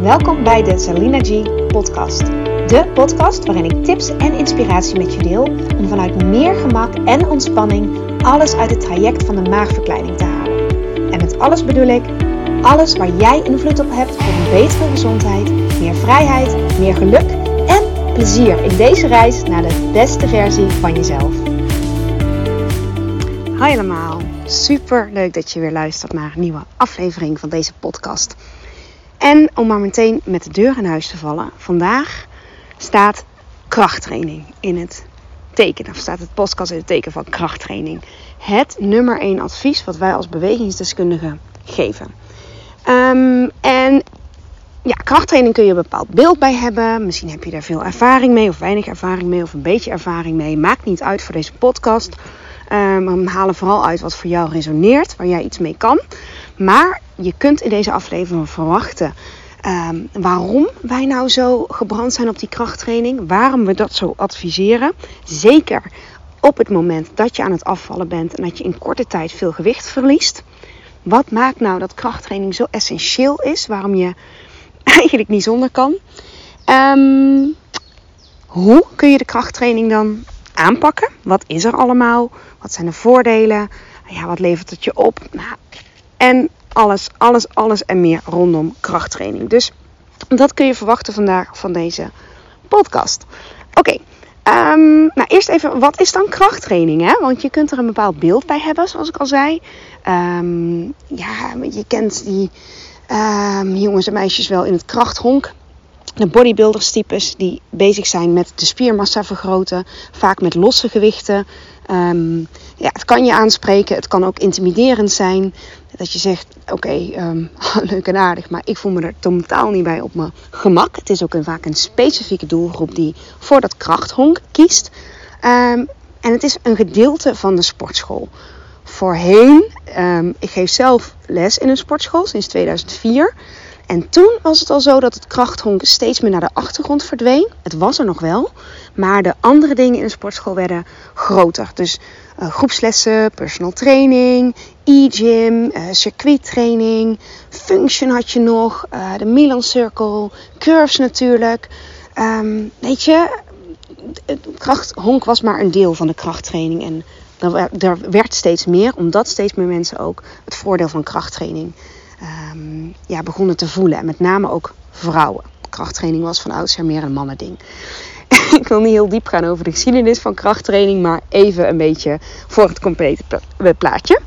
Welkom bij de Salina G podcast. De podcast waarin ik tips en inspiratie met je deel om vanuit meer gemak en ontspanning alles uit het traject van de maagverkleining te halen. En met alles bedoel ik, alles waar jij invloed op hebt voor een betere gezondheid, meer vrijheid, meer geluk en plezier in deze reis naar de beste versie van jezelf. Hi allemaal, super leuk dat je weer luistert naar een nieuwe aflevering van deze podcast. En om maar meteen met de deur in huis te vallen, vandaag staat krachttraining in het teken. Of staat het podcast in het teken van krachttraining. Het nummer 1 advies wat wij als bewegingsdeskundigen geven. En krachttraining kun je een bepaald beeld bij hebben. Misschien heb je daar veel ervaring mee of weinig ervaring mee of een beetje ervaring mee. Maakt niet uit voor deze podcast. We halen vooral uit wat voor jou resoneert, waar jij iets mee kan. Maar je kunt in deze aflevering verwachten waarom wij nou zo gebrand zijn op die krachttraining. Waarom we dat zo adviseren. Zeker op het moment dat je aan het afvallen bent en dat je in korte tijd veel gewicht verliest. Wat maakt nou dat krachttraining zo essentieel is? Waarom je eigenlijk niet zonder kan. Hoe kun je de krachttraining dan aanpakken? Wat is er allemaal? Wat zijn de voordelen? Wat levert het je op? En alles en meer rondom krachttraining. Dus dat kun je verwachten vandaag van deze podcast. Oké. Eerst even, wat is dan krachttraining? Hè? Want je kunt er een bepaald beeld bij hebben, zoals ik al zei. Je kent die jongens en meisjes wel in het krachthonk. De bodybuilders types die bezig zijn met de spiermassa vergroten. Vaak met losse gewichten. Het kan je aanspreken. Het kan ook intimiderend zijn. Dat je zegt, leuk en aardig. Maar ik voel me er totaal niet bij op mijn gemak. Het is ook vaak een specifieke doelgroep die voor dat krachthonk kiest. En het is een gedeelte van de sportschool. Voorheen, ik geef zelf les in een sportschool sinds 2004. En toen was het al zo dat het krachthonk steeds meer naar de achtergrond verdween. Het was er nog wel, maar de andere dingen in de sportschool werden groter. Dus groepslessen, personal training, e-gym, circuittraining, function had je nog, de Milan Circle, curves natuurlijk. Het krachthonk was maar een deel van de krachttraining. En er werd steeds meer, omdat steeds meer mensen ook het voordeel van krachttraining begonnen te voelen. En met name ook vrouwen. Krachttraining was van oudsher meer een mannending. Ik wil niet heel diep gaan over de geschiedenis van krachttraining, maar even een beetje voor het complete plaatje.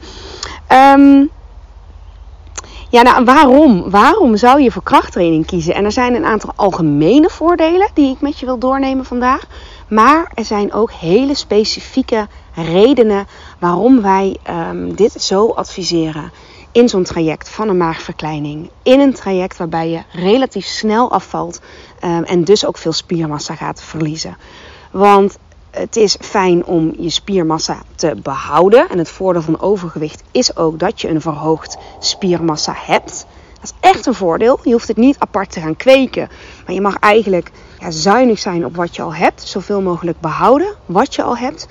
Waarom zou je voor krachttraining kiezen? En er zijn een aantal algemene voordelen die ik met je wil doornemen vandaag. Maar er zijn ook hele specifieke redenen waarom wij dit zo adviseren. In zo'n traject van een maagverkleining. In een traject waarbij je relatief snel afvalt. En dus ook veel spiermassa gaat verliezen. Want het is fijn om je spiermassa te behouden. En het voordeel van overgewicht is ook dat je een verhoogd spiermassa hebt. Dat is echt een voordeel. Je hoeft het niet apart te gaan kweken. Maar je mag eigenlijk zuinig zijn op wat je al hebt. Zoveel mogelijk behouden wat je al hebt.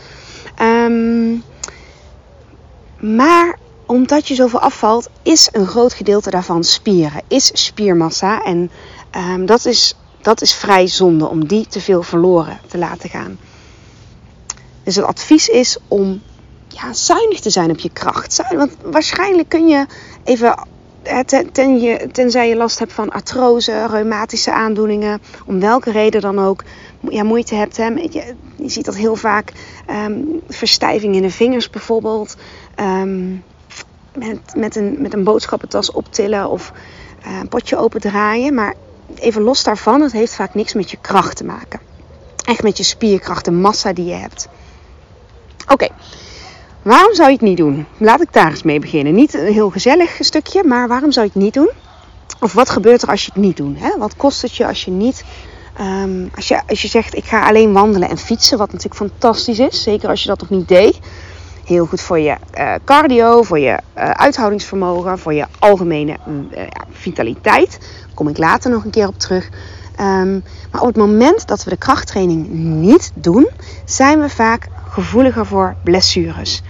Maar omdat je zoveel afvalt, is een groot gedeelte daarvan spieren. Is spiermassa. En dat is vrij zonde om die te veel verloren te laten gaan. Dus het advies is om zuinig te zijn op je kracht. Want waarschijnlijk kun je even, tenzij je last hebt van artrose, reumatische aandoeningen, om welke reden dan ook, moeite hebt. Hè? Je ziet dat heel vaak, verstijving in de vingers bijvoorbeeld. Met een boodschappentas optillen of een potje opendraaien. Maar even los daarvan, het heeft vaak niks met je kracht te maken. Echt met je spierkracht, de massa die je hebt. Oké, waarom zou je het niet doen? Laat ik daar eens mee beginnen. Niet een heel gezellig stukje, maar waarom zou je het niet doen? Of wat gebeurt er als je het niet doet? Hè? Wat kost het je als je niet... Als je zegt, ik ga alleen wandelen en fietsen, wat natuurlijk fantastisch is. Zeker als je dat nog niet deed. Heel goed voor je cardio, voor je uithoudingsvermogen, voor je algemene vitaliteit. Daar kom ik later nog een keer op terug. Maar op het moment dat we de krachttraining niet doen, zijn we vaak gevoeliger voor blessures.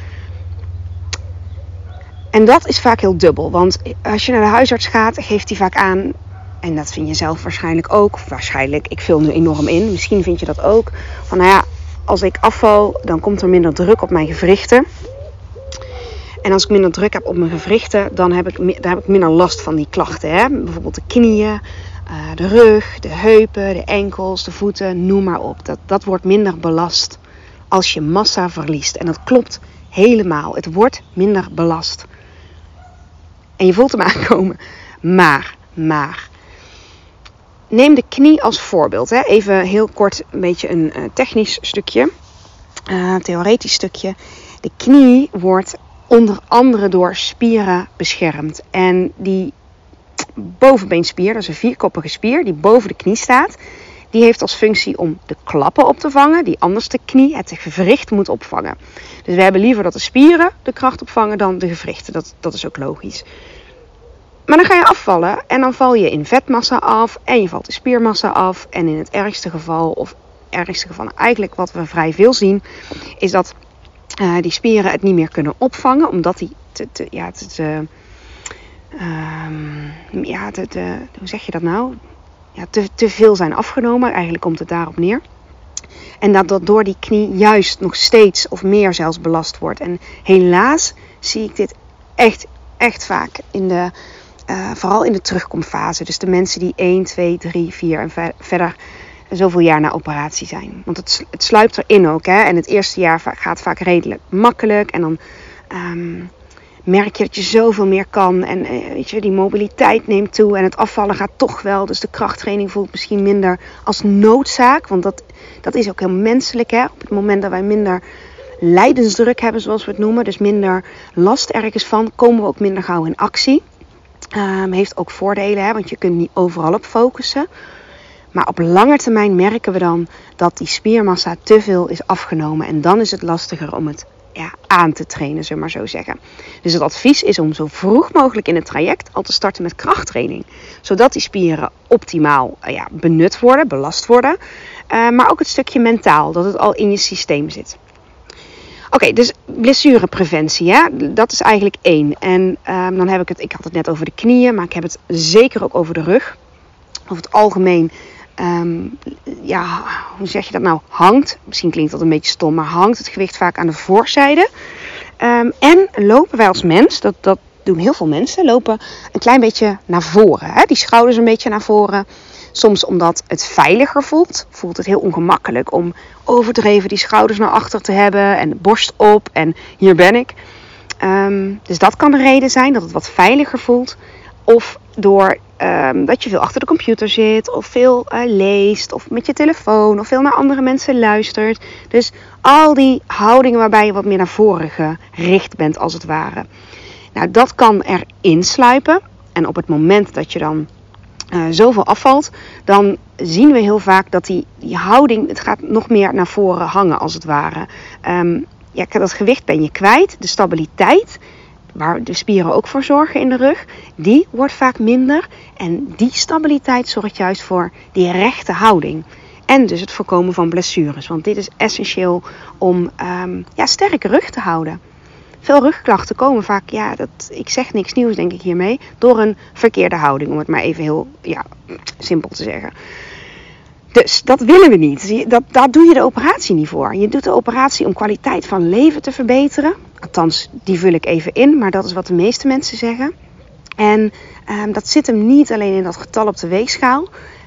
En dat is vaak heel dubbel. Want als je naar de huisarts gaat, geeft hij vaak aan, en dat vind je zelf waarschijnlijk ook. Waarschijnlijk, ik vul nu enorm in. Misschien vind je dat ook. Van als ik afval, dan komt er minder druk op mijn gewrichten. En als ik minder druk heb op mijn gewrichten, dan heb ik minder last van die klachten. Hè? Bijvoorbeeld de knieën, de rug, de heupen, de enkels, de voeten, noem maar op. Dat wordt minder belast als je massa verliest. En dat klopt helemaal. Het wordt minder belast. En je voelt hem aankomen. Maar. Neem de knie als voorbeeld. Hè? Even heel kort een beetje een technisch stukje. Theoretisch stukje. De knie wordt onder andere door spieren beschermd. En die bovenbeenspier, dat is een vierkoppige spier die boven de knie staat. Die heeft als functie om de klappen op te vangen, die anders de knie, het gewricht, moet opvangen. Dus we hebben liever dat de spieren de kracht opvangen dan de gewrichten. Dat is ook logisch. Maar dan ga je afvallen en dan val je in vetmassa af en je valt in spiermassa af. En in het ergste geval eigenlijk wat we vrij veel zien, is dat die spieren het niet meer kunnen opvangen, omdat die hoe zeg je dat nou? Ja, te veel zijn afgenomen. Eigenlijk komt het daarop neer. En dat door die knie juist nog steeds of meer zelfs belast wordt. En helaas zie ik dit echt vaak vooral in de terugkomfase. Dus de mensen die 1, 2, 3, 4 en verder zoveel jaar na operatie zijn. Want het sluipt erin ook. Hè? En het eerste jaar gaat vaak redelijk makkelijk. En dan merk je dat je zoveel meer kan. En die mobiliteit neemt toe. En het afvallen gaat toch wel. Dus de krachttraining voelt misschien minder als noodzaak. Want dat is ook heel menselijk. Hè? Op het moment dat wij minder lijdensdruk hebben, zoals we het noemen. Dus minder last ergens van. Komen we ook minder gauw in actie. Heeft ook voordelen. Hè? Want je kunt niet overal op focussen. Maar op lange termijn merken we dan dat die spiermassa te veel is afgenomen. En dan is het lastiger om het aan te trainen, zullen we maar zo zeggen. Dus het advies is om zo vroeg mogelijk in het traject al te starten met krachttraining. Zodat die spieren optimaal benut worden, belast worden. Maar ook het stukje mentaal, dat het al in je systeem zit. Oké, dus blessurepreventie, dat is eigenlijk 1. En dan heb ik had het net over de knieën, maar ik heb het zeker ook over de rug. Over het algemeen, hoe zeg je dat nou? Hangt, misschien klinkt dat een beetje stom, maar hangt het gewicht vaak aan de voorzijde. En lopen wij als mens, dat doen heel veel mensen, lopen een klein beetje naar voren. Hè? Die schouders een beetje naar voren. Soms omdat het veiliger voelt het heel ongemakkelijk om overdreven die schouders naar achter te hebben en de borst op en hier ben ik. Dus dat kan de reden zijn, dat het wat veiliger voelt. Of door dat je veel achter de computer zit, of veel leest, of met je telefoon, of veel naar andere mensen luistert. Dus al die houdingen waarbij je wat meer naar voren gericht bent, als het ware. Nou, dat kan erin sluipen. En op het moment dat je dan zoveel afvalt, dan zien we heel vaak dat die houding, het gaat nog meer naar voren hangen, als het ware. Dat gewicht ben je kwijt, de stabiliteit, waar de spieren ook voor zorgen in de rug, die wordt vaak minder. En die stabiliteit zorgt juist voor die rechte houding. En dus het voorkomen van blessures. Want dit is essentieel om sterke rug te houden. Veel rugklachten komen vaak, ik zeg niks nieuws denk ik hiermee, door een verkeerde houding. Om het maar even heel simpel te zeggen. Dus dat willen we niet. Daar doe je de operatie niet voor. Je doet de operatie om kwaliteit van leven te verbeteren. Althans, die vul ik even in, maar dat is wat de meeste mensen zeggen. En dat zit hem niet alleen in dat getal op de weegschaal.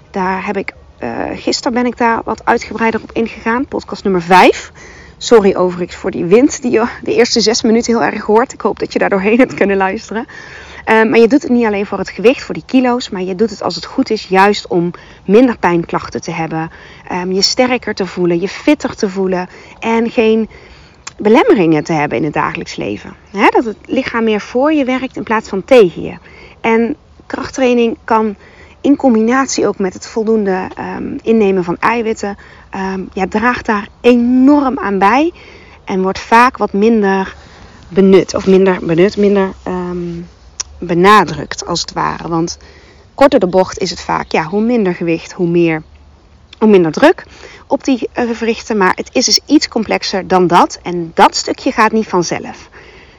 Gisteren ben ik daar wat uitgebreider op ingegaan. Podcast nummer 5. Sorry overigens voor die wind die je de eerste 6 minuten heel erg hoort. Ik hoop dat je daar doorheen hebt kunnen luisteren. Maar je doet het niet alleen voor het gewicht, voor die kilo's. Maar je doet het als het goed is juist om minder pijnklachten te hebben. Je sterker te voelen, je fitter te voelen. En geen belemmeringen te hebben in het dagelijks leven. Dat het lichaam meer voor je werkt in plaats van tegen je. En krachttraining kan in combinatie ook met het voldoende innemen van eiwitten, draagt daar enorm aan bij. En wordt vaak wat minder benadrukt als het ware. Want korter de bocht is het vaak, hoe minder gewicht, hoe minder druk op die gewrichten. Maar het is dus iets complexer dan dat. En dat stukje gaat niet vanzelf.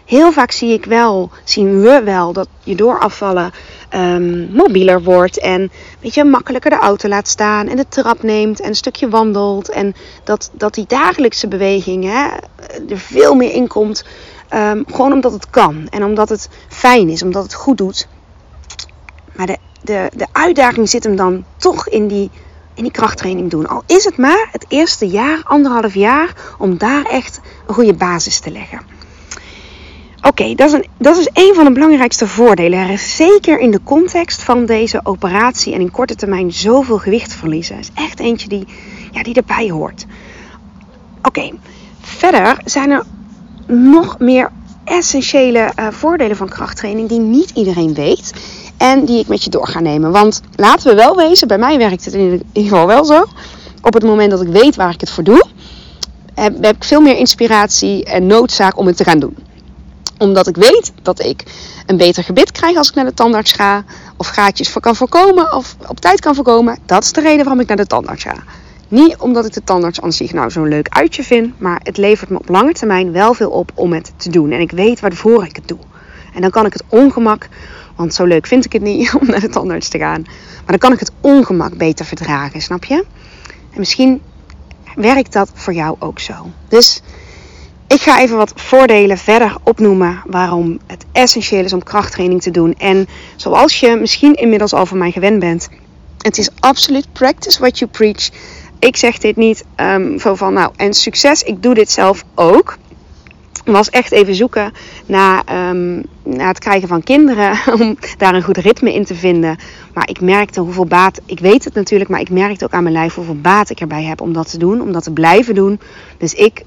Heel vaak zien we wel dat je door afvallen mobieler wordt. En makkelijker de auto laat staan en de trap neemt en een stukje wandelt. En dat die dagelijkse beweging er veel meer in komt. Gewoon omdat het kan en omdat het fijn is, omdat het goed doet. Maar de uitdaging zit hem dan toch in die krachttraining doen. Al is het maar het eerste jaar, 1,5 jaar, om daar echt een goede basis te leggen. Oké, dat is een van de belangrijkste voordelen. Zeker in de context van deze operatie en in korte termijn zoveel gewicht verliezen. Is echt eentje die erbij hoort. Oké, verder zijn er nog meer essentiële voordelen van krachttraining die niet iedereen weet. En die ik met je door ga nemen. Want laten we wel wezen, bij mij werkt het in ieder geval wel zo. Op het moment dat ik weet waar ik het voor doe, heb ik veel meer inspiratie en noodzaak om het te gaan doen. Omdat ik weet dat ik een beter gebit krijg als ik naar de tandarts ga. Of gaatjes kan voorkomen of op tijd kan voorkomen. Dat is de reden waarom ik naar de tandarts ga. Niet omdat ik de tandarts aan zich zo'n leuk uitje vind. Maar het levert me op lange termijn wel veel op om het te doen. En ik weet waarvoor ik het doe. En dan kan ik het ongemak, want zo leuk vind ik het niet om naar de tandarts te gaan. Maar dan kan ik het ongemak beter verdragen, snap je? En misschien werkt dat voor jou ook zo. Dus ik ga even wat voordelen verder opnoemen waarom het essentieel is om krachttraining te doen. En zoals je misschien inmiddels al van mij gewend bent, het is absoluut practice what you preach. Ik zeg dit niet en succes, ik doe dit zelf ook. Ik was echt even zoeken naar het krijgen van kinderen, om daar een goed ritme in te vinden. Maar ik merkte hoeveel baat, ik weet het natuurlijk, maar ik merkte ook aan mijn lijf hoeveel baat ik erbij heb om dat te doen, om dat te blijven doen. Dus ik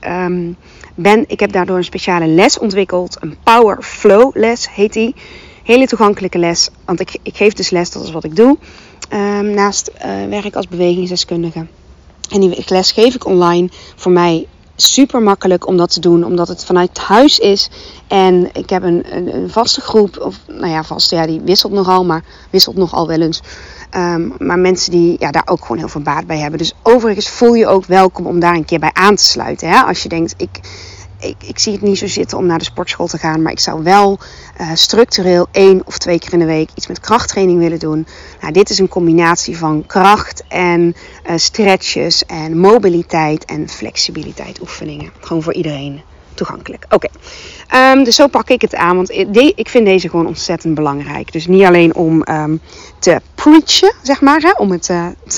heb daardoor een speciale les ontwikkeld, een Power Flow les heet die. Hele toegankelijke les, want ik geef dus les, dat is wat ik doe, naast werk als bewegingsdeskundige. En die les geef ik online, voor mij super makkelijk om dat te doen, omdat het vanuit huis is. En ik heb een vaste groep, die wisselt nogal wel eens. Maar mensen die daar ook gewoon heel veel baat bij hebben. Dus overigens voel je ook welkom om daar een keer bij aan te sluiten. Hè? Als je denkt, ik zie het niet zo zitten om naar de sportschool te gaan, maar ik zou wel structureel 1 of 2 keer in de week iets met krachttraining willen doen. Nou, dit is een combinatie van kracht en stretches en mobiliteit en flexibiliteit oefeningen. Gewoon voor iedereen toegankelijk. Oké. Dus zo pak ik het aan, want ik vind deze gewoon ontzettend belangrijk. Dus niet alleen om te preachen, zeg maar, om het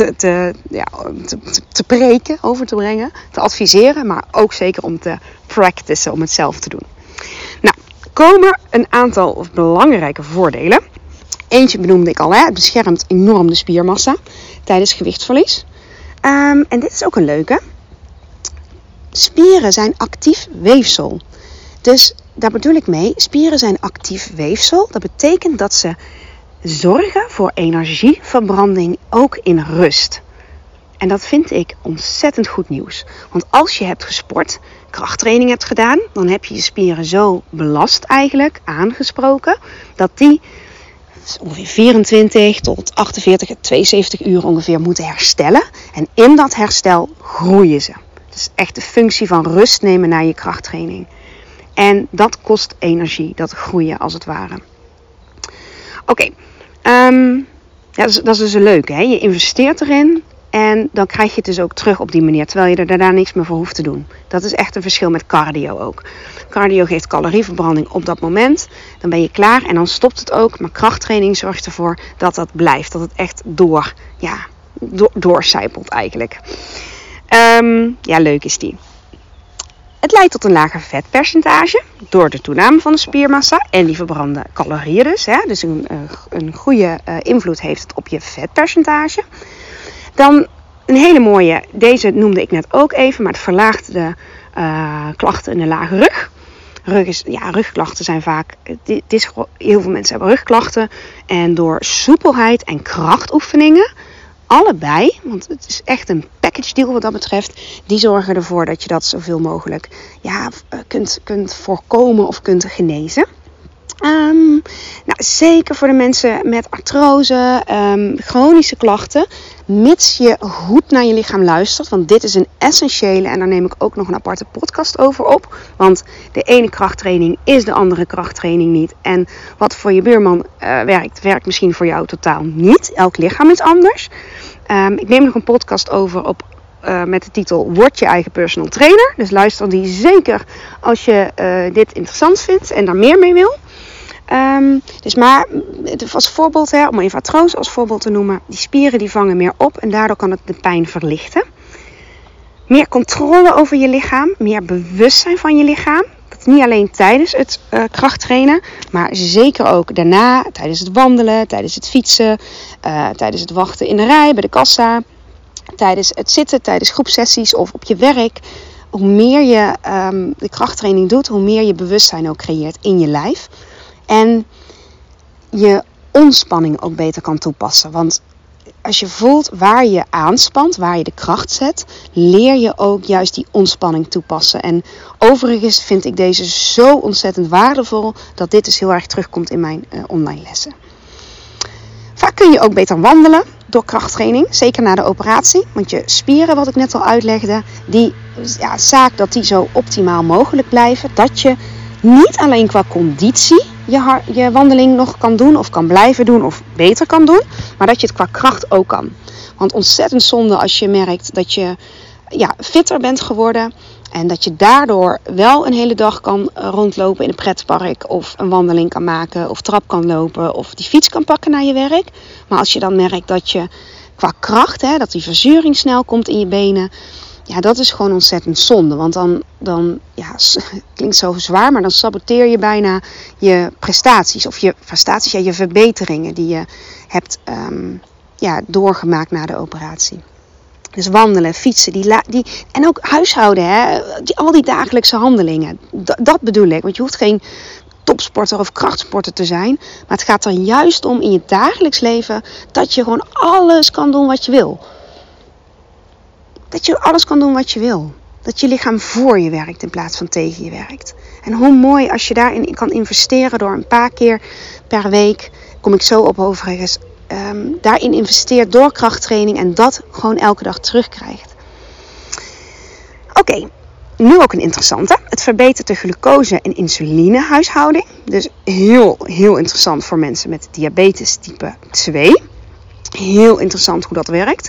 te preken, over te brengen, te adviseren, maar ook zeker om te practicen, om het zelf te doen. Nou, komen een aantal belangrijke voordelen. Eentje benoemde ik al, het beschermt enorm de spiermassa tijdens gewichtsverlies. En dit is ook een leuke. Spieren zijn actief weefsel. Dus daar bedoel ik mee, spieren zijn actief weefsel. Dat betekent dat ze zorgen voor energieverbranding ook in rust. En dat vind ik ontzettend goed nieuws. Want als je hebt gesport, krachttraining hebt gedaan, dan heb je je spieren zo belast eigenlijk, aangesproken, dat die ongeveer 24 tot 48, 72 uur ongeveer moeten herstellen. En in dat herstel groeien ze. Het is echt de functie van rust nemen na je krachttraining. En dat kost energie, dat groeien als het ware. Oké, dat is dus een leuke. Hè? Je investeert erin en dan krijg je het dus ook terug op die manier. Terwijl je er daarna niks meer voor hoeft te doen. Dat is echt een verschil met cardio ook. Cardio geeft calorieverbranding op dat moment. Dan ben je klaar en dan stopt het ook. Maar krachttraining zorgt ervoor dat dat blijft. Dat het echt doorcijpelt eigenlijk. Leuk is die. Het leidt tot een lager vetpercentage door de toename van de spiermassa en die verbrande calorieën dus. Hè? Dus een goede invloed heeft het op je vetpercentage. Dan een hele mooie, deze noemde ik net ook even, maar het verlaagt de klachten in de lage rug. Rugklachten zijn vaak, heel veel mensen hebben rugklachten. En door soepelheid en krachtoefeningen, allebei, want het is echt een package deal wat dat betreft, die zorgen ervoor dat je dat zoveel mogelijk kunt voorkomen of kunt genezen. Zeker voor de mensen met artrose, chronische klachten, mits je goed naar je lichaam luistert. Want dit is een essentiële en daar neem ik ook nog een aparte podcast over op. Want de ene krachttraining is de andere krachttraining niet. En wat voor je buurman werkt misschien voor jou totaal niet. Elk lichaam is anders. Ik neem nog een podcast over op met de titel Word je eigen personal trainer. Dus luister die zeker als je dit interessant vindt en daar meer mee wil. Maar als voorbeeld, om even artrose als voorbeeld te noemen. Die spieren die vangen meer op en daardoor kan het de pijn verlichten. Meer controle over je lichaam. Meer bewustzijn van je lichaam. Dat is niet alleen tijdens het krachttrainen. Maar zeker ook daarna. Tijdens het wandelen. Tijdens het fietsen. Tijdens het wachten in de rij bij de kassa. Tijdens het zitten. Tijdens groepsessies of op je werk. Hoe meer je de krachttraining doet. Hoe meer je bewustzijn ook creëert in je lijf. En je ontspanning ook beter kan toepassen. Want als je voelt waar je aanspant, waar je de kracht zet, leer je ook juist die ontspanning toepassen. En overigens vind ik deze zo ontzettend waardevol dat dit dus heel erg terugkomt in mijn online lessen. Vaak kun je ook beter wandelen door krachttraining, zeker na de operatie. Want je spieren, wat ik net al uitlegde, zaak dat die zo optimaal mogelijk blijven. Dat je niet alleen qua conditie je wandeling nog kan doen of kan blijven doen of beter kan doen, maar dat je het qua kracht ook kan. Want ontzettend zonde als je merkt dat je fitter bent geworden en dat je daardoor wel een hele dag kan rondlopen in een pretpark of een wandeling kan maken of trap kan lopen of die fiets kan pakken naar je werk. Maar als je dan merkt dat je qua kracht, dat die verzuring snel komt in je benen, dat is gewoon ontzettend zonde. Want dan klinkt zo zwaar, maar dan saboteer je bijna je prestaties. Of je verbeteringen die je hebt doorgemaakt na de operatie. Dus wandelen, fietsen, en ook huishouden. Al die dagelijkse handelingen. Dat bedoel ik. Want je hoeft geen topsporter of krachtsporter te zijn. Maar het gaat er juist om in je dagelijks leven dat je gewoon alles kan doen wat je wil. Dat je alles kan doen wat je wil. Dat je lichaam voor je werkt in plaats van tegen je werkt. En hoe mooi als je daarin kan investeren door een paar keer per week. Kom ik zo op overigens. Daarin investeert door krachttraining en dat gewoon elke dag terugkrijgt. Oké, nu ook een interessante. Het verbetert de glucose- en insulinehuishouding. Dus heel, heel interessant voor mensen met diabetes type 2. Heel interessant hoe dat werkt.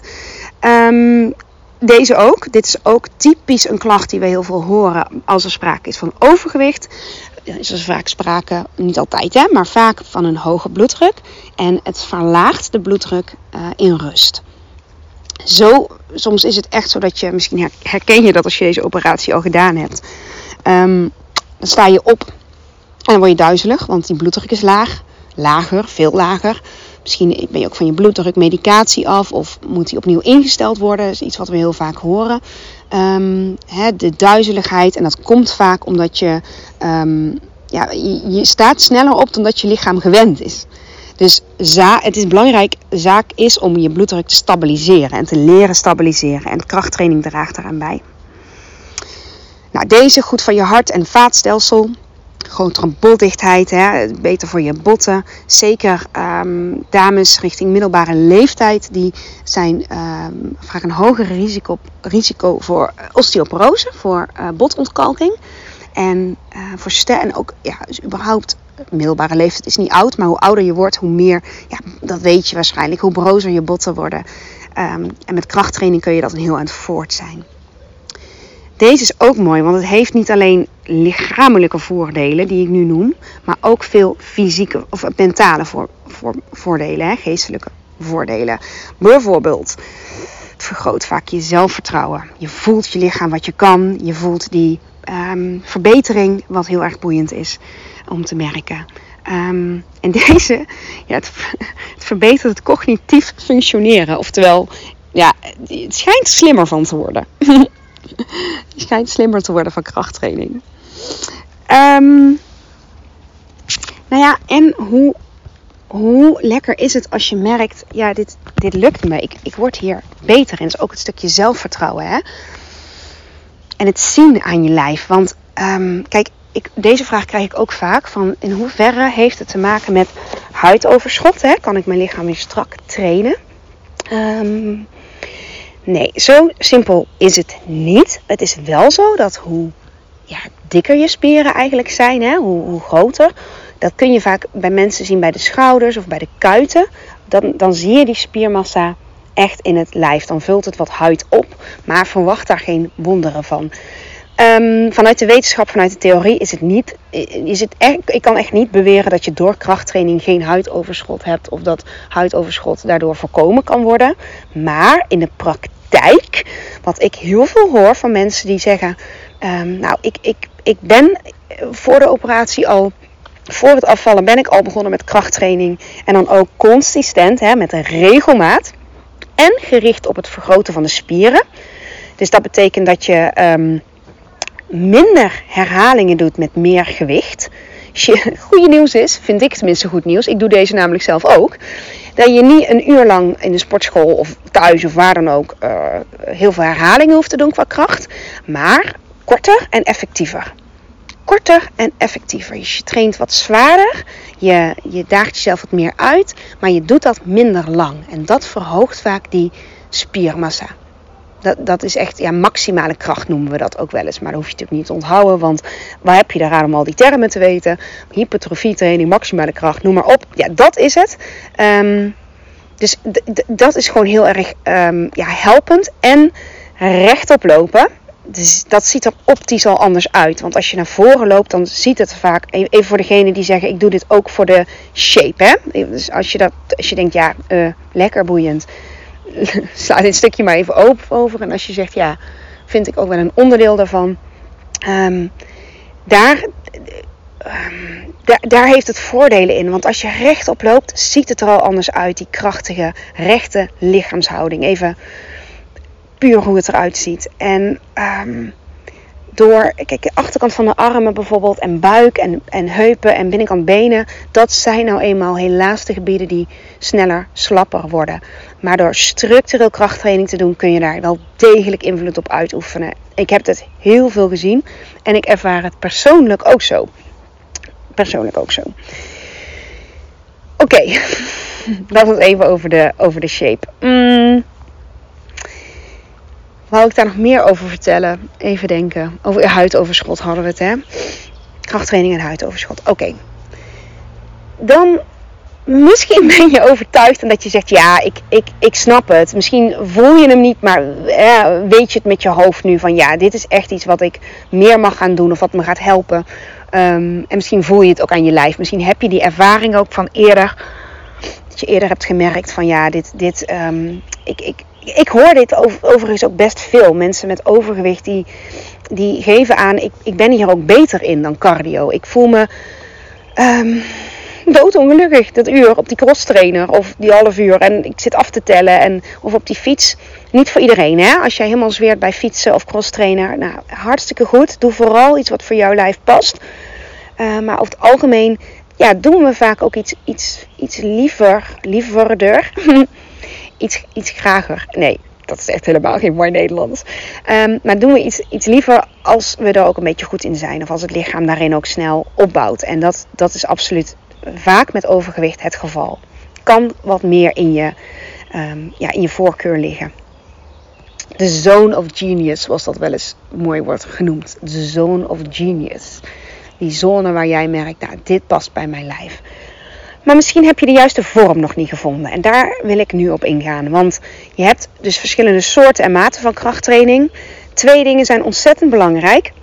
Deze ook. Dit is ook typisch een klacht die we heel veel horen als er sprake is van overgewicht. Is er vaak sprake, niet altijd, maar vaak van een hoge bloeddruk. En het verlaagt de bloeddruk in rust. Soms is het echt zo dat je, misschien herken je dat als je deze operatie al gedaan hebt. Dan sta je op en dan word je duizelig, want die bloeddruk is lager, veel lager. Misschien ben je ook van je bloeddrukmedicatie af of moet die opnieuw ingesteld worden. Dat is iets wat we heel vaak horen. De duizeligheid. En dat komt vaak omdat je staat sneller op dan dat je lichaam gewend is. Dus het is belangrijk, zaak is om je bloeddruk te stabiliseren en te leren stabiliseren. En krachttraining draagt daaraan bij. Nou, deze goed voor je hart- en vaatstelsel. Grotere boldichtheid, beter voor je botten. Zeker dames richting middelbare leeftijd, die zijn vaak een hoger risico voor osteoporose, voor botontkalking. En en ook dus überhaupt, middelbare leeftijd is niet oud, maar hoe ouder je wordt, hoe meer, dat weet je waarschijnlijk, hoe brozer je botten worden. En met krachttraining kun je dat een heel eind voort zijn. Deze is ook mooi, want het heeft niet alleen lichamelijke voordelen die ik nu noem, maar ook veel fysieke of mentale voordelen, geestelijke voordelen. Bijvoorbeeld, het vergroot vaak je zelfvertrouwen. Je voelt je lichaam wat je kan, je voelt die verbetering, wat heel erg boeiend is om te merken. En deze, het verbetert het cognitief functioneren. Oftewel, het schijnt slimmer van te worden. Je schijnt slimmer te worden van krachttraining. En hoe lekker is het als je merkt, dit lukt me. Ik word hier beter in. Dat is ook het stukje zelfvertrouwen. En het zien aan je lijf. Want kijk, deze vraag krijg ik ook vaak. Van in hoeverre heeft het te maken met huidoverschot? Hè? Kan ik mijn lichaam weer strak trainen? Nee, zo simpel is het niet. Het is wel zo dat hoe dikker je spieren eigenlijk zijn, hè? Hoe groter. Dat kun je vaak bij mensen zien bij de schouders of bij de kuiten. Dan zie je die spiermassa echt in het lijf. Dan vult het wat huid op. Maar verwacht daar geen wonderen van. Vanuit de wetenschap, vanuit de theorie ik kan echt niet beweren dat je door krachttraining geen huidoverschot hebt. Of dat huidoverschot daardoor voorkomen kan worden. Maar in de praktijk, wat ik heel veel hoor van mensen die zeggen... Ik ben voor de operatie al... Voor het afvallen ben ik al begonnen met krachttraining. En dan ook consistent, met een regelmaat. En gericht op het vergroten van de spieren. Dus dat betekent dat je minder herhalingen doet met meer gewicht. Goede nieuws is, vind ik tenminste goed nieuws. Ik doe deze namelijk zelf ook. Dat je niet een uur lang in de sportschool of thuis of waar dan ook heel veel herhalingen hoeft te doen qua kracht. Maar korter en effectiever. Korter en effectiever. Dus je traint wat zwaarder. Je daagt jezelf wat meer uit. Maar je doet dat minder lang. En dat verhoogt vaak die spiermassa. Dat is echt, maximale kracht noemen we dat ook wel eens. Maar dat hoef je natuurlijk niet te onthouden. Want waar heb je daaraan om al die termen te weten? Hypertrofietraining, maximale kracht, noem maar op. Ja, dat is het. Dus dat is gewoon heel erg helpend. En rechtop lopen. Dus dat ziet er optisch al anders uit. Want als je naar voren loopt, dan ziet het vaak... Even voor degenen die zeggen, ik doe dit ook voor de shape. Hè? Dus als je denkt, lekker boeiend. Sla dit stukje maar even over. En als je zegt, vind ik ook wel een onderdeel daarvan. Daar heeft het voordelen in. Want als je rechtop loopt, ziet het er al anders uit. Die krachtige, rechte lichaamshouding. Even... puur hoe het eruit ziet. En de achterkant van de armen bijvoorbeeld en buik en heupen en binnenkant benen, dat zijn nou eenmaal helaas de gebieden die sneller slapper worden. Maar door structureel krachttraining te doen kun je daar wel degelijk invloed op uitoefenen. Ik heb het heel veel gezien en ik ervaar het persoonlijk ook zo. Oké, dat was even over de shape. Wou ik daar nog meer over vertellen? Even denken. Over huidoverschot hadden we het, hè? Krachttraining en huidoverschot. Oké. Dan misschien ben je overtuigd en dat je zegt... ik snap het. Misschien voel je hem niet, maar weet je het met je hoofd nu van... dit is echt iets wat ik meer mag gaan doen of wat me gaat helpen. En misschien voel je het ook aan je lijf. Misschien heb je die ervaring ook van eerder... Dat je eerder hebt gemerkt van ik hoor dit overigens ook best veel. Mensen met overgewicht die geven aan... Ik ben hier ook beter in dan cardio. Ik voel me doodongelukkig dat uur op die crosstrainer of die half uur. En ik zit af te tellen of op die fiets. Niet voor iedereen, hè. Als jij helemaal zweert bij fietsen of crosstrainer. Nou, hartstikke goed. Doe vooral iets wat voor jouw lijf past. Maar over het algemeen... doen we vaak ook iets lieverder. iets grager. Nee, dat is echt helemaal geen mooi Nederlands. Maar doen we iets liever als we er ook een beetje goed in zijn. Of als het lichaam daarin ook snel opbouwt. En dat is absoluut vaak met overgewicht het geval. Kan wat meer in je voorkeur liggen. De zone of genius, zoals dat wel eens mooi wordt genoemd. De zone of genius. Die zone waar jij merkt, dit past bij mijn lijf. Maar misschien heb je de juiste vorm nog niet gevonden. En daar wil ik nu op ingaan. Want je hebt dus verschillende soorten en maten van krachttraining. 2 dingen zijn ontzettend belangrijk.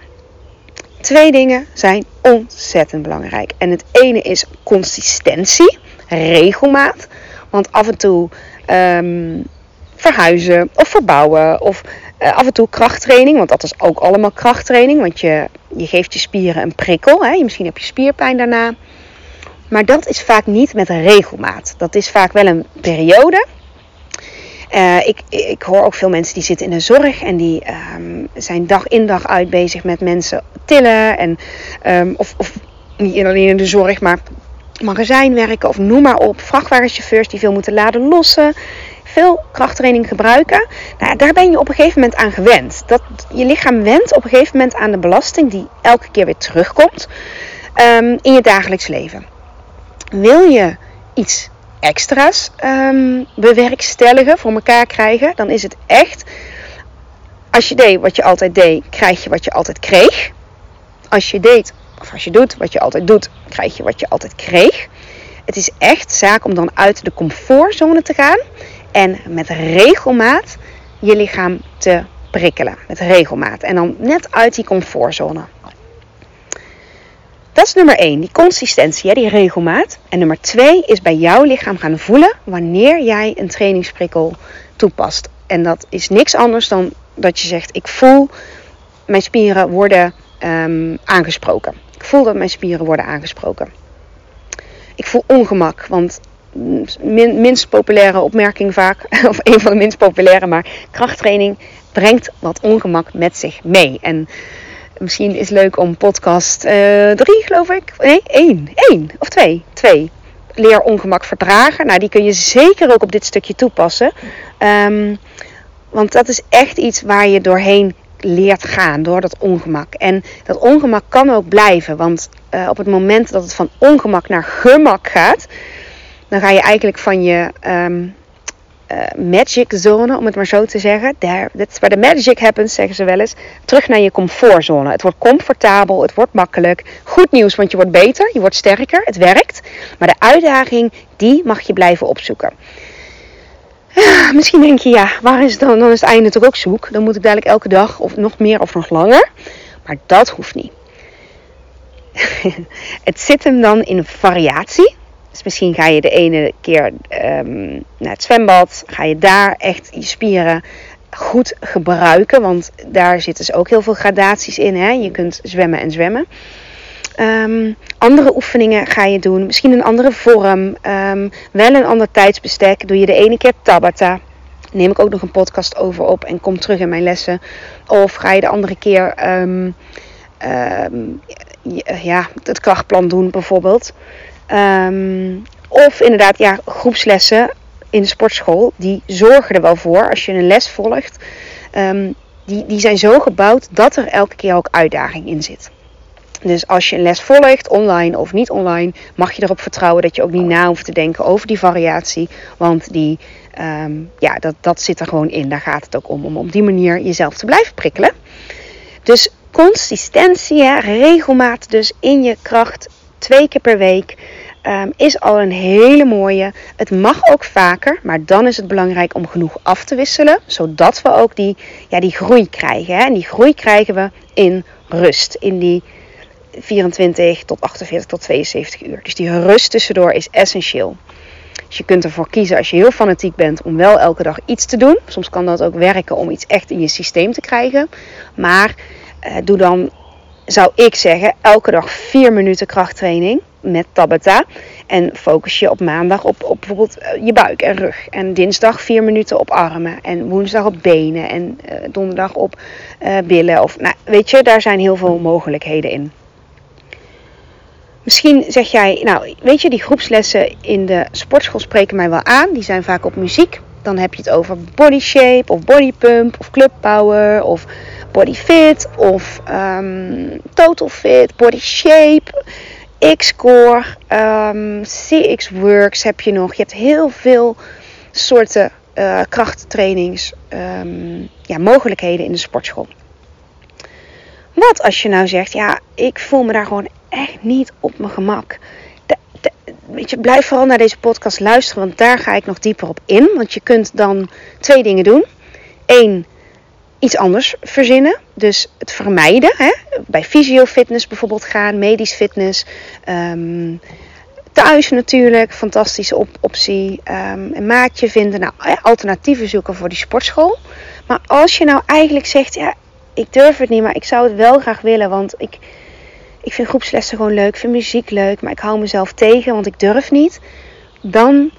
En het ene is consistentie, regelmaat. Want af en toe verhuizen of verbouwen of af en toe krachttraining. Want dat is ook allemaal krachttraining. Want je geeft je spieren een prikkel. Hè? Misschien heb je spierpijn daarna. Maar dat is vaak niet met een regelmaat. Dat is vaak wel een periode. Ik hoor ook veel mensen die zitten in de zorg. En die zijn dag in dag uit bezig met mensen tillen. En, of niet alleen in de zorg, maar magazijnwerken of noem maar op. Vrachtwagenchauffeurs die veel moeten laden lossen. veel krachttraining gebruiken. Nou, daar ben je op een gegeven moment aan gewend. Je lichaam went op een gegeven moment aan de belasting die elke keer weer terugkomt in je dagelijks leven. Wil je iets extra's bewerkstelligen, voor elkaar krijgen, dan is het echt, als je deed wat je altijd deed, krijg je wat je altijd kreeg. Als je doet wat je altijd doet, krijg je wat je altijd kreeg. Het is echt zaak om dan uit de comfortzone te gaan en met regelmaat je lichaam te prikkelen. Met regelmaat. En dan net uit die comfortzone. Dat is nummer 1, die consistentie, die regelmaat. En nummer 2 is bij jouw lichaam gaan voelen wanneer jij een trainingsprikkel toepast. En dat is niks anders dan dat je zegt, ik voel mijn spieren worden aangesproken. Ik voel dat mijn spieren worden aangesproken. Ik voel ongemak, want minst populaire opmerking vaak, of een van de minst populaire, maar krachttraining brengt wat ongemak met zich mee. En misschien is het leuk om podcast 3, geloof ik. Nee, 1 of 2. Leer ongemak verdragen. Nou, die kun je zeker ook op dit stukje toepassen. Want dat is echt iets waar je doorheen leert gaan, door dat ongemak. En dat ongemak kan ook blijven. Want op het moment dat het van ongemak naar gemak gaat, dan ga je eigenlijk van je magic zone, om het maar zo te zeggen. That's where the magic happens, zeggen ze wel eens. Terug naar je comfortzone. Het wordt comfortabel, het wordt makkelijk. Goed nieuws, want je wordt beter, je wordt sterker, het werkt. Maar de uitdaging, die mag je blijven opzoeken. Misschien denk je, ja, waar is het dan? Dan is het einde toch ook zoek. Dan moet ik dadelijk elke dag, of nog meer of nog langer. Maar dat hoeft niet. Het zit hem dan in variatie. Dus misschien ga je de ene keer naar het zwembad. Ga je daar echt je spieren goed gebruiken. Want daar zitten dus ook heel veel gradaties in. Hè? Je kunt zwemmen en zwemmen. Andere oefeningen ga je doen. Misschien een andere vorm. Wel een ander tijdsbestek. Doe je de ene keer Tabata. Neem ik ook nog een podcast over op. En kom terug in mijn lessen. Of ga je de andere keer het krachtplan doen bijvoorbeeld. Of inderdaad groepslessen in de sportschool. Die zorgen er wel voor. Als je een les volgt. Die zijn zo gebouwd dat er elke keer ook uitdaging in zit. Dus als je een les volgt, online of niet online, mag je erop vertrouwen dat je ook niet na hoeft te denken over die variatie. Want dat zit er gewoon in. Daar gaat het ook om op die manier jezelf te blijven prikkelen. Dus consistentie, regelmaat dus in je kracht 2 keer per week is al een hele mooie. Het mag ook vaker, maar dan is het belangrijk om genoeg af te wisselen. Zodat we ook die groei krijgen. Hè? En die groei krijgen we in rust. In die 24 tot 48 tot 72 uur. Dus die rust tussendoor is essentieel. Dus je kunt ervoor kiezen als je heel fanatiek bent om wel elke dag iets te doen. Soms kan dat ook werken om iets echt in je systeem te krijgen. Maar doe dan, zou ik zeggen, elke dag 4 minuten krachttraining met Tabata. En focus je op maandag op bijvoorbeeld je buik en rug. En dinsdag 4 minuten op armen. En woensdag op benen. En donderdag op billen. Of, weet je, daar zijn heel veel mogelijkheden in. Misschien zeg jij, weet je, die groepslessen in de sportschool spreken mij wel aan. Die zijn vaak op muziek. Dan heb je het over body shape of body pump of club power of body fit of total fit, body shape, X-core, CX works heb je nog. Je hebt heel veel soorten krachttrainings, mogelijkheden in de sportschool. Wat als je nou zegt, ik voel me daar gewoon echt niet op mijn gemak. Weet je, blijf vooral naar deze podcast luisteren, want daar ga ik nog dieper op in. Want je kunt dan 2 dingen doen. 1, iets anders verzinnen. Dus het vermijden. Hè? Bij fysiofitness bijvoorbeeld gaan, medisch fitness. Thuis natuurlijk, fantastische optie. Een maatje vinden, alternatieven zoeken voor die sportschool. Maar als je nou eigenlijk zegt, ik durf het niet, maar ik zou het wel graag willen, want ik vind groepslessen gewoon leuk, ik vind muziek leuk, maar ik hou mezelf tegen, want ik durf niet. Dan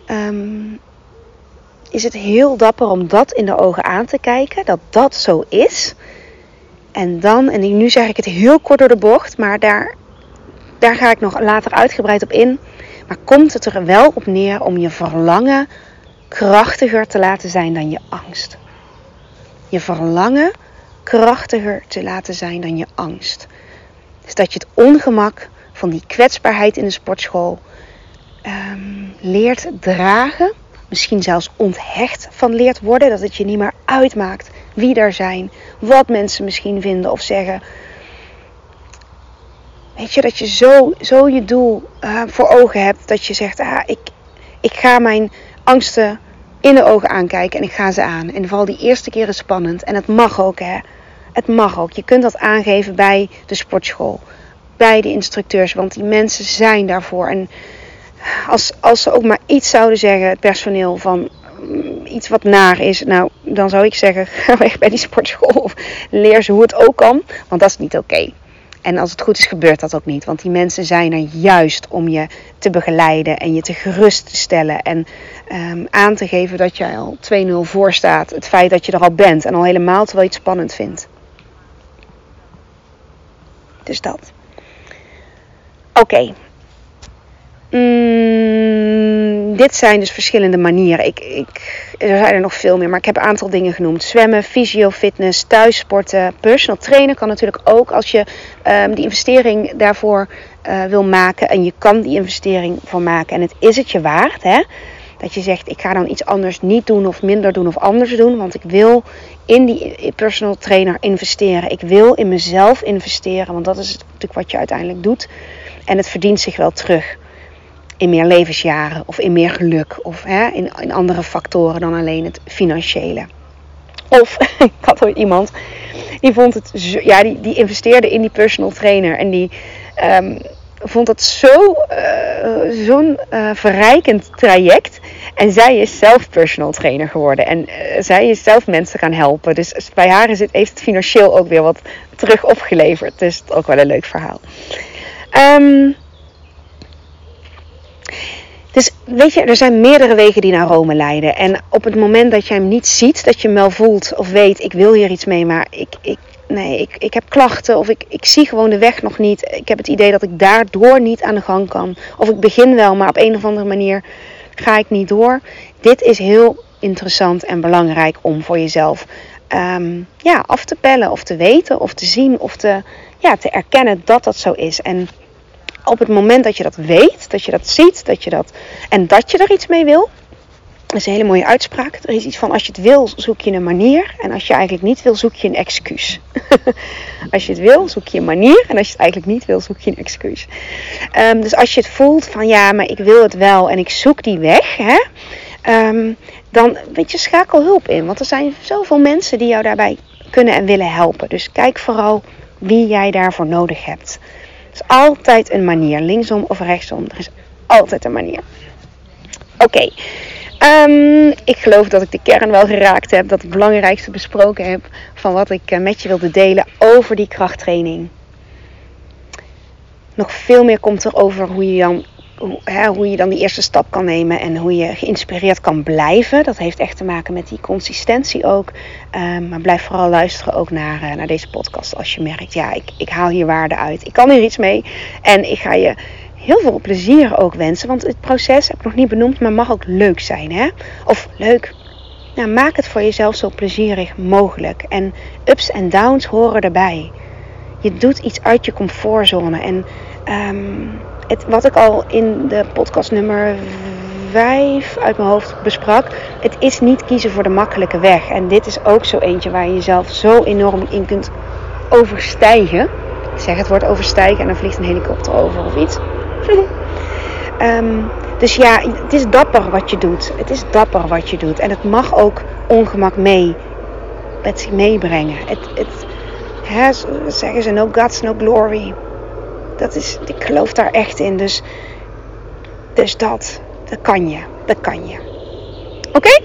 is het heel dapper om dat in de ogen aan te kijken, dat dat zo is. En nu zeg ik het heel kort door de bocht, maar daar ga ik nog later uitgebreid op in. Maar komt het er wel op neer om je verlangen krachtiger te laten zijn dan je angst. Je verlangen krachtiger te laten zijn dan je angst. Dus dat je het ongemak van die kwetsbaarheid in de sportschool leert dragen. Misschien zelfs onthecht van leert worden. Dat het je niet meer uitmaakt wie daar zijn. Wat mensen misschien vinden of zeggen. Weet je, dat je zo je doel voor ogen hebt. Dat je zegt, ik ga mijn angsten in de ogen aankijken en ik ga ze aan. En vooral die eerste keer is spannend. En het mag ook, hè. Het mag ook. Je kunt dat aangeven bij de sportschool. Bij de instructeurs. Want die mensen zijn daarvoor. En als ze ook maar iets zouden zeggen, het personeel, van iets wat naar is. Nou, dan zou ik zeggen, ga weg bij die sportschool. Of leer ze hoe het ook kan. Want dat is niet oké. En als het goed is, gebeurt dat ook niet. Want die mensen zijn er juist om je te begeleiden en je te gerust te stellen. En aan te geven dat je al 2-0 voor staat. Het feit dat je er al bent. En al helemaal terwijl je het spannend vindt. Dus dat. Oké. Dit zijn dus verschillende manieren. Er zijn er nog veel meer, maar ik heb een aantal dingen genoemd. Zwemmen, fysio, fitness, thuissporten. Personal trainer kan natuurlijk ook als je die investering daarvoor wil maken. En je kan die investering voor maken. En het is het je waard, hè? Dat je zegt, ik ga dan iets anders niet doen of minder doen of anders doen. Want ik wil in die personal trainer investeren. Ik wil in mezelf investeren. Want dat is natuurlijk wat je uiteindelijk doet. En het verdient zich wel terug. In meer levensjaren of in meer geluk. Of in andere factoren dan alleen het financiële. Of, ik had ooit iemand die vond het die investeerde in die personal trainer. En die vond het zo'n verrijkend traject. En zij is zelf personal trainer geworden. En zij is zelf mensen gaan helpen. Dus bij haar heeft het financieel ook weer wat terug opgeleverd. Dus het is ook wel een leuk verhaal. Dus weet je, er zijn meerdere wegen die naar Rome leiden. En op het moment dat jij hem niet ziet, dat je hem wel voelt of weet, ik wil hier iets mee, maar ik heb klachten of ik zie gewoon de weg nog niet. Ik heb het idee dat ik daardoor niet aan de gang kan. Of ik begin wel, maar op een of andere manier ga ik niet door. Dit is heel interessant en belangrijk om voor jezelf af te pellen of te weten of te zien of te erkennen dat dat zo is. En op het moment dat je dat weet, dat je dat ziet, dat je er iets mee wil. Dat is een hele mooie uitspraak. Er is iets van, als je het wil, zoek je een manier. En als je eigenlijk niet wil, zoek je een excuus. Als je het wil, zoek je een manier. En als je het eigenlijk niet wil, zoek je een excuus. Dus als je het voelt van, ja, maar ik wil het wel en ik zoek die weg. Hè, dan, schakel hulp in. Want er zijn zoveel mensen die jou daarbij kunnen en willen helpen. Dus kijk vooral wie jij daarvoor nodig hebt. Er is altijd een manier. Linksom of rechtsom. Er is altijd een manier. Oké. Ik geloof dat ik de kern wel geraakt heb. Dat ik het belangrijkste besproken heb van wat ik met je wilde delen over die krachttraining. Nog veel meer komt er over hoe je dan die eerste stap kan nemen. En hoe je geïnspireerd kan blijven. Dat heeft echt te maken met die consistentie ook. Maar blijf vooral luisteren ook naar deze podcast. Als je merkt, ja, ik haal hier waarde uit. Ik kan hier iets mee. En ik ga je heel veel plezier ook wensen. Want het proces heb ik nog niet benoemd, maar mag ook leuk zijn. Hè? Of leuk. Nou, maak het voor jezelf zo plezierig mogelijk. En ups en downs horen erbij. Je doet iets uit je comfortzone. En wat ik al in de podcast nummer 5 uit mijn hoofd besprak. Het is niet kiezen voor de makkelijke weg. En dit is ook zo eentje waar je jezelf zo enorm in kunt overstijgen. Ik zeg het woord overstijgen en dan vliegt een helikopter over of iets. Dus ja, het is dapper wat je doet. Het is dapper wat je doet. En het mag ook ongemak met zich meebrengen. Zeggen ze, no guts, no glory. Ik geloof daar echt in. Dus dat kan je. Dat kan je. Oké?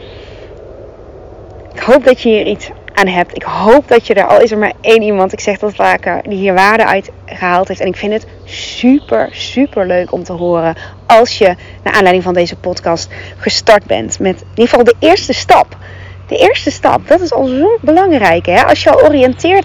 Ik hoop dat je hier iets aan hebt. Ik hoop dat je al is er maar één iemand, ik zeg dat vaker, die hier waarde uit gehaald heeft. En ik vind het super, super leuk om te horen als je, naar aanleiding van deze podcast, gestart bent met in ieder geval de eerste stap. De eerste stap, dat is al zo belangrijk. Hè? Als je al oriënteert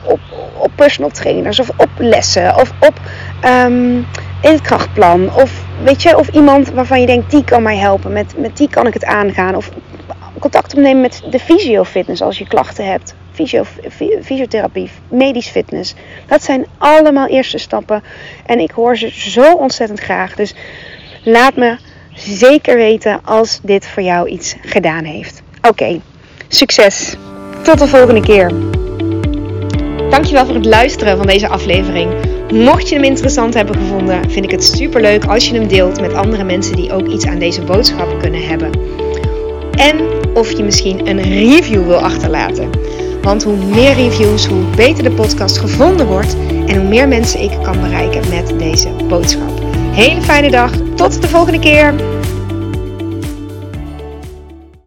op personal trainers of op lessen of op in het krachtplan of weet je, of iemand waarvan je denkt, die kan mij helpen. Met die kan ik het aangaan. Of contact opnemen met de fysiofitness als je klachten hebt. Fysiotherapie, medisch fitness. Dat zijn allemaal eerste stappen. En ik hoor ze zo ontzettend graag. Dus laat me zeker weten als dit voor jou iets gedaan heeft. Oké, succes. Tot de volgende keer. Dankjewel voor het luisteren van deze aflevering. Mocht je hem interessant hebben gevonden, vind ik het superleuk als je hem deelt met andere mensen die ook iets aan deze boodschap kunnen hebben. En of je misschien een review wil achterlaten. Want hoe meer reviews, hoe beter de podcast gevonden wordt en hoe meer mensen ik kan bereiken met deze boodschap. Hele fijne dag, tot de volgende keer!